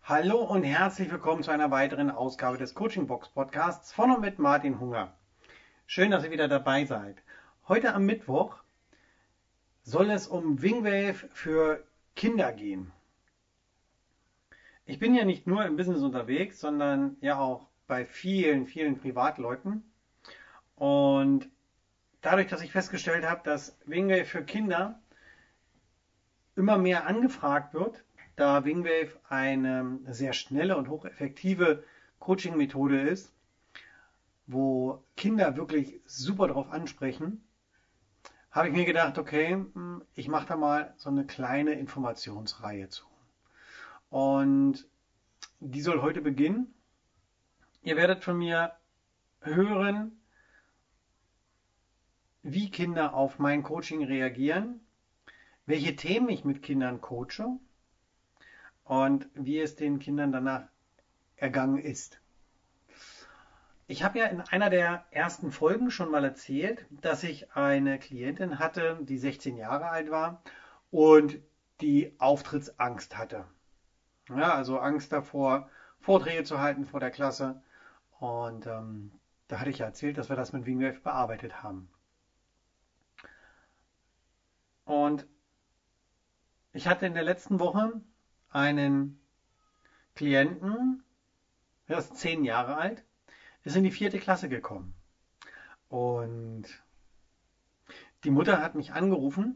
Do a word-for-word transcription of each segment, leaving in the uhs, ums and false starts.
Hallo und herzlich willkommen zu einer weiteren Ausgabe des Coaching Box Podcasts von und mit Martin Hunger. Schön, dass ihr wieder dabei seid. Heute am Mittwoch soll es um Wingwave für Kinder gehen. Ich bin ja nicht nur im Business unterwegs, sondern ja auch bei vielen, vielen Privatleuten. Und dadurch, dass ich festgestellt habe, dass Wingwave für Kinder immer mehr angefragt wird, da Wingwave eine sehr schnelle und hocheffektive Coaching-Methode ist, wo Kinder wirklich super drauf ansprechen, habe ich mir gedacht, okay, ich mache da mal so eine kleine Informationsreihe zu. Und die soll heute beginnen. Ihr werdet von mir hören, wie Kinder auf mein Coaching reagieren, welche Themen ich mit Kindern coache und wie es den Kindern danach ergangen ist. Ich habe ja in einer der ersten Folgen schon mal erzählt, dass ich eine Klientin hatte, die sechzehn Jahre alt war und die Auftrittsangst hatte. Ja, also Angst davor, Vorträge zu halten vor der Klasse. Und ähm, da hatte ich ja erzählt, dass wir das mit Wingwave bearbeitet haben. Und ich hatte in der letzten Woche einen Klienten, der ist zehn Jahre alt, ist in die vierte Klasse gekommen. Und die Mutter hat mich angerufen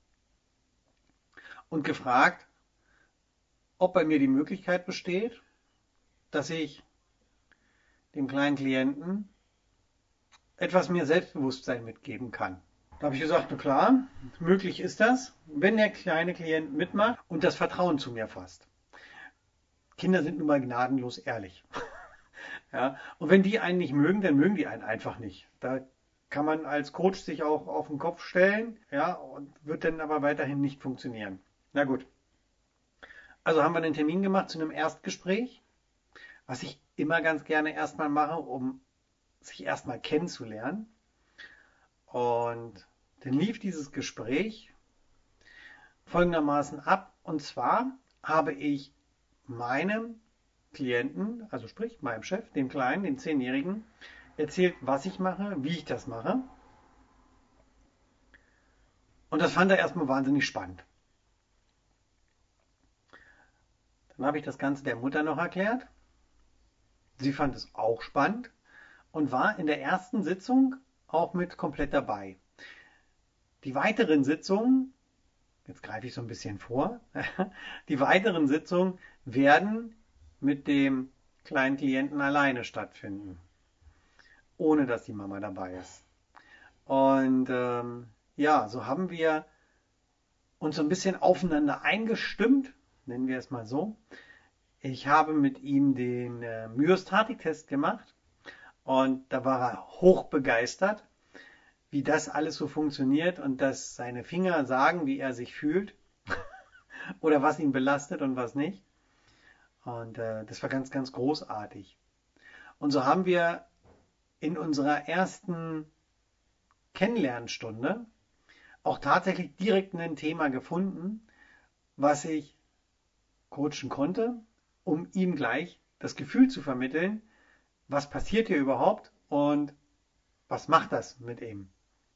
und gefragt, ob bei mir die Möglichkeit besteht, dass ich dem kleinen Klienten etwas mehr Selbstbewusstsein mitgeben kann. Da habe ich gesagt, na klar, möglich ist das, wenn der kleine Klient mitmacht und das Vertrauen zu mir fasst. Kinder sind nun mal gnadenlos ehrlich. Ja, und wenn die einen nicht mögen, dann mögen die einen einfach nicht. Da kann man als Coach sich auch auf den Kopf stellen, ja, und wird dann aber weiterhin nicht funktionieren. Na gut. Also haben wir einen Termin gemacht zu einem Erstgespräch, was ich immer ganz gerne erstmal mache, um sich erstmal kennenzulernen. Und dann lief dieses Gespräch folgendermaßen ab. Und zwar habe ich meinem Klienten, also sprich meinem Chef, dem Kleinen, dem Zehnjährigen, erzählt, was ich mache, wie ich das mache. Und das fand er erstmal wahnsinnig spannend. Dann habe ich das Ganze der Mutter noch erklärt. Sie fand es auch spannend und war in der ersten Sitzung auch mit komplett dabei. Die weiteren Sitzungen, jetzt greife ich so ein bisschen vor, die weiteren Sitzungen werden mit dem kleinen Klienten alleine stattfinden, ohne dass die Mama dabei ist. Und ähm, ja, so haben wir uns so ein bisschen aufeinander eingestimmt, nennen wir es mal so. Ich habe mit ihm den äh, Myostatik-Test gemacht und da war er hoch begeistert, wie das alles so funktioniert und dass seine Finger sagen, wie er sich fühlt oder was ihn belastet und was nicht. Und äh, das war ganz, ganz großartig. Und so haben wir in unserer ersten Kennenlernstunde auch tatsächlich direkt ein Thema gefunden, was ich coachen konnte, um ihm gleich das Gefühl zu vermitteln, was passiert hier überhaupt und was macht das mit ihm.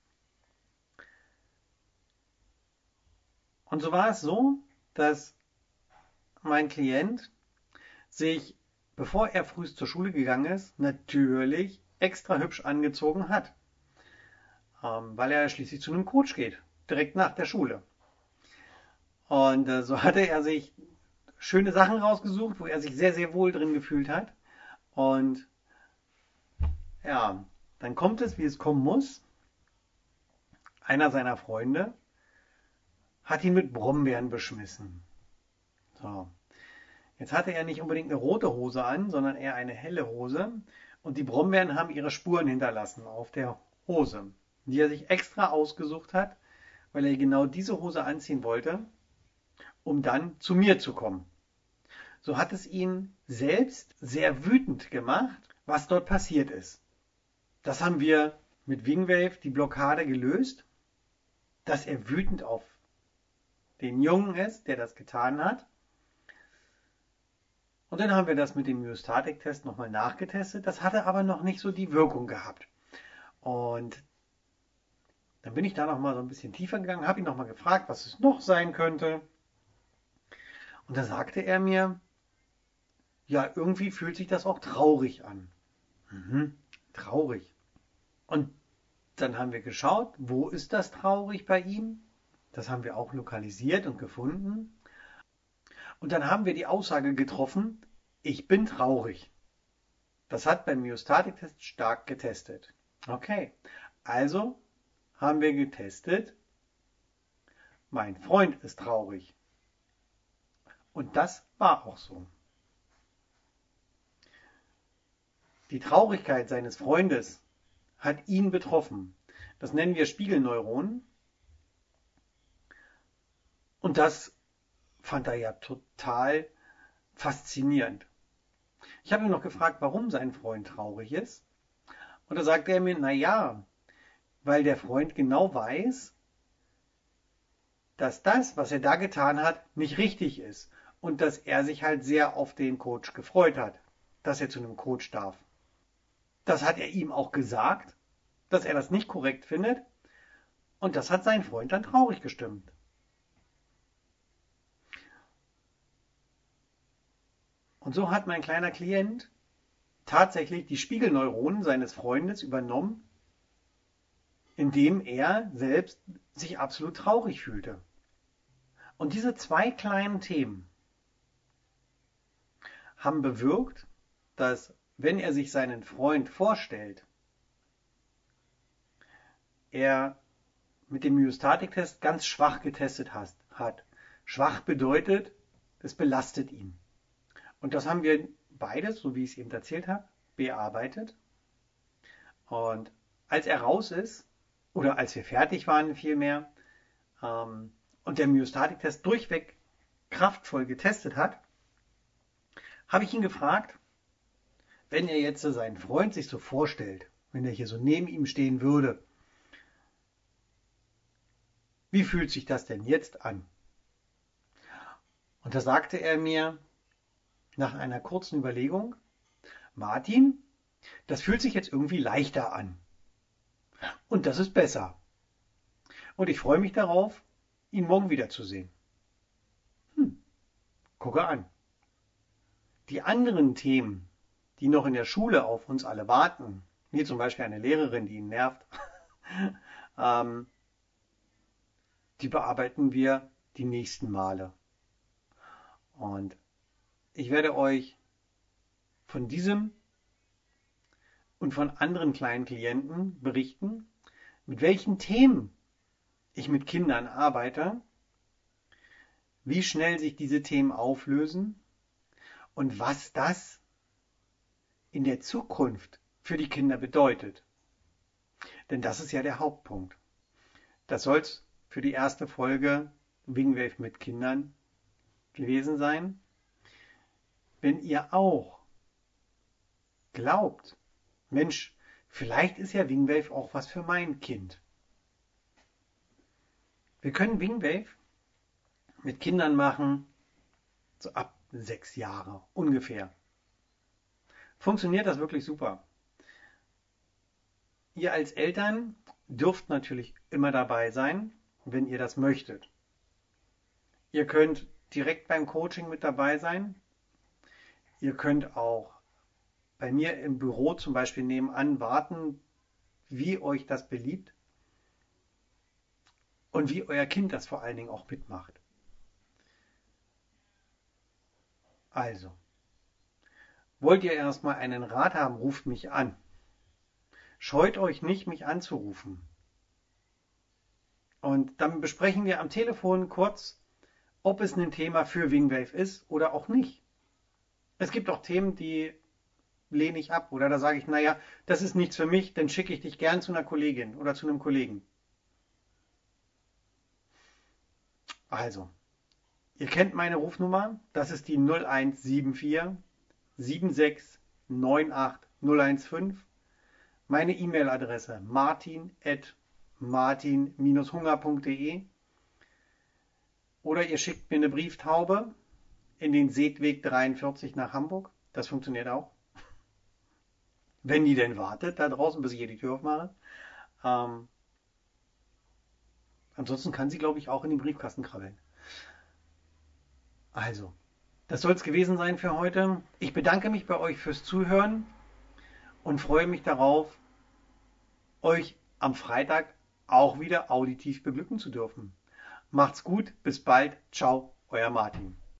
Und so war es so, dass mein Klient sich, bevor er früh zur Schule gegangen ist, natürlich extra hübsch angezogen hat, ähm, weil er schließlich zu einem Coach geht, direkt nach der Schule. Und äh, so hatte er sich schöne Sachen rausgesucht, wo er sich sehr, sehr wohl drin gefühlt hat. Und ja, dann kommt es, wie es kommen muss. Einer seiner Freunde hat ihn mit Brombeeren beschmissen. So. Jetzt hatte er nicht unbedingt eine rote Hose an, sondern eher eine helle Hose. Und die Brombeeren haben ihre Spuren hinterlassen auf der Hose, die er sich extra ausgesucht hat, weil er genau diese Hose anziehen wollte, um dann zu mir zu kommen. So hat es ihn selbst sehr wütend gemacht, was dort passiert ist. Das haben wir mit Wingwave die Blockade gelöst, dass er wütend auf den Jungen ist, der das getan hat. Und dann haben wir das mit dem Myostatik-Test nochmal nachgetestet. Das hatte aber noch nicht so die Wirkung gehabt. Und dann bin ich da nochmal so ein bisschen tiefer gegangen, habe ihn nochmal gefragt, was es noch sein könnte. Und da sagte er mir, ja, irgendwie fühlt sich das auch traurig an. Mhm, traurig. Und dann haben wir geschaut, wo ist das traurig bei ihm? Das haben wir auch lokalisiert und gefunden. Und dann haben wir die Aussage getroffen, ich bin traurig. Das hat beim Myostatik-Test stark getestet. Okay, also haben wir getestet, mein Freund ist traurig. Und das war auch so. Die Traurigkeit seines Freundes hat ihn betroffen. Das nennen wir Spiegelneuronen. Und das fand er ja total faszinierend. Ich habe ihn noch gefragt, warum sein Freund traurig ist. Und da sagte er mir, na ja, weil der Freund genau weiß, dass das, was er da getan hat, nicht richtig ist. Und dass er sich halt sehr auf den Coach gefreut hat, dass er zu einem Coach darf. Das hat er ihm auch gesagt, dass er das nicht korrekt findet. Und das hat seinen Freund dann traurig gestimmt. Und so hat mein kleiner Klient tatsächlich die Spiegelneuronen seines Freundes übernommen, indem er selbst sich absolut traurig fühlte. Und diese zwei kleinen Themen haben bewirkt, dass, wenn er sich seinen Freund vorstellt, er mit dem Myostatik-Test ganz schwach getestet hat. Schwach bedeutet, es belastet ihn. Und das haben wir beides, so wie ich es eben erzählt habe, bearbeitet. Und als er raus ist, oder als wir fertig waren vielmehr, ähm, und der Myostatik-Test durchweg kraftvoll getestet hat, habe ich ihn gefragt, wenn er jetzt seinen Freund sich so vorstellt, wenn er hier so neben ihm stehen würde, wie fühlt sich das denn jetzt an? Und da sagte er mir nach einer kurzen Überlegung, Martin, das fühlt sich jetzt irgendwie leichter an. Und das ist besser. Und ich freue mich darauf, ihn morgen wiederzusehen. Hm, gucke an. Die anderen Themen, die noch in der Schule auf uns alle warten, wie zum Beispiel eine Lehrerin, die ihn nervt, ähm, die bearbeiten wir die nächsten Male. Und ich werde euch von diesem und von anderen kleinen Klienten berichten, mit welchen Themen ich mit Kindern arbeite, wie schnell sich diese Themen auflösen und was das in der Zukunft für die Kinder bedeutet. Denn das ist ja der Hauptpunkt. Das soll es für die erste Folge Wingwave mit Kindern gewesen sein. Wenn ihr auch glaubt, Mensch, vielleicht ist ja Wingwave auch was für mein Kind. Wir können Wingwave mit Kindern machen, so ab sechs Jahre ungefähr. Funktioniert das wirklich super. Ihr als Eltern dürft natürlich immer dabei sein, wenn ihr das möchtet. Ihr könnt direkt beim Coaching mit dabei sein. Ihr könnt auch bei mir im Büro zum Beispiel nebenan warten, wie euch das beliebt und wie euer Kind das vor allen Dingen auch mitmacht. Also, wollt ihr erstmal einen Rat haben, ruft mich an. Scheut euch nicht, mich anzurufen. Und dann besprechen wir am Telefon kurz, ob es ein Thema für Wingwave ist oder auch nicht. Es gibt auch Themen, die lehne ich ab. Oder da sage ich, naja, das ist nichts für mich, dann schicke ich dich gern zu einer Kollegin oder zu einem Kollegen. Also, ihr kennt meine Rufnummer. Das ist die null eins sieben vier sieben sechs neun acht null eins fünf. Meine E-Mail-Adresse martin at martin Bindestrich hunger punkt de oder ihr schickt mir eine Brieftaube in den Seetweg dreiundvierzig nach Hamburg. Das funktioniert auch. Wenn die denn wartet da draußen, bis ich hier die Tür aufmache. Ähm, ansonsten kann sie, glaube ich, auch in den Briefkasten krabbeln. Also, das soll es gewesen sein für heute. Ich bedanke mich bei euch fürs Zuhören und freue mich darauf, euch am Freitag auch wieder auditiv beglücken zu dürfen. Macht's gut, bis bald. Ciao, euer Martin.